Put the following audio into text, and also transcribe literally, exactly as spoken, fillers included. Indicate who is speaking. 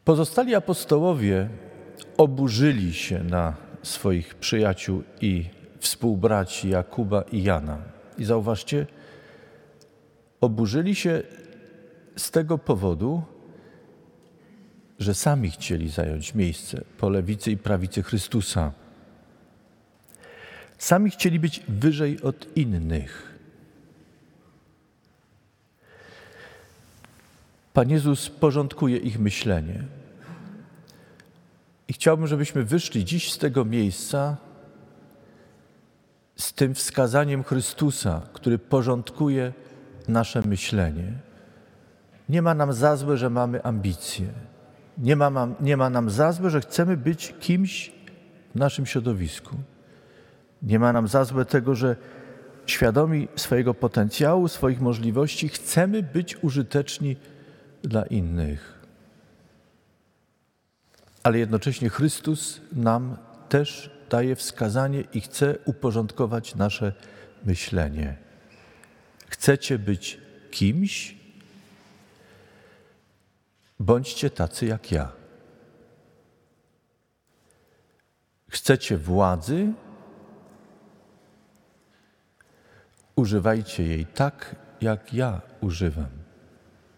Speaker 1: Pozostali apostołowie oburzyli się na swoich przyjaciół i współbraci Jakuba i Jana. I zauważcie, oburzyli się z tego powodu, że sami chcieli zająć miejsce po lewicy i prawicy Chrystusa. Sami chcieli być wyżej od innych. Pan Jezus porządkuje ich myślenie. I chciałbym, żebyśmy wyszli dziś z tego miejsca z tym wskazaniem Chrystusa, który porządkuje nasze myślenie. Nie ma nam za złe, że mamy ambicje. Nie ma, nie ma nam za złe, że chcemy być kimś w naszym środowisku. Nie ma nam za złe tego, że świadomi swojego potencjału, swoich możliwości, chcemy być użyteczni dla innych. Ale jednocześnie Chrystus nam też daje wskazanie i chce uporządkować nasze myślenie. Chcecie być kimś? Bądźcie tacy jak ja. Chcecie władzy? Używajcie jej tak, jak ja używam.